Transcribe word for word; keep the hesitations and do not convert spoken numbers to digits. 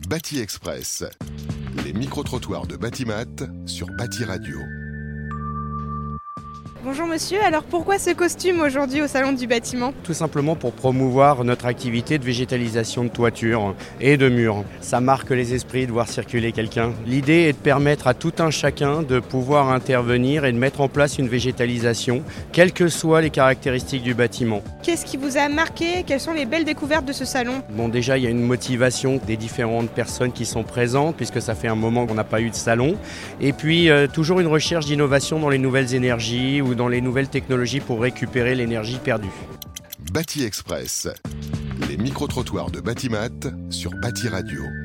Bâti Express, les micro-trottoirs de Batimat sur Bâti Radio. Bonjour monsieur, alors pourquoi ce costume aujourd'hui au Salon du Bâtiment ? Tout simplement pour promouvoir notre activité de végétalisation de toiture et de murs. Ça marque les esprits de voir circuler quelqu'un. L'idée est de permettre à tout un chacun de pouvoir intervenir et de mettre en place une végétalisation, quelles que soient les caractéristiques du bâtiment. Qu'est-ce qui vous a marqué ? Quelles sont les belles découvertes de ce salon ? Bon, déjà, il y a une motivation des différentes personnes qui sont présentes, puisque ça fait un moment qu'on n'a pas eu de salon. Et puis, euh, toujours une recherche d'innovation dans les nouvelles énergies ou dans les nouvelles technologies pour récupérer l'énergie perdue. Bâti Express, les micro-trottoirs de Batimat sur Bâti Radio.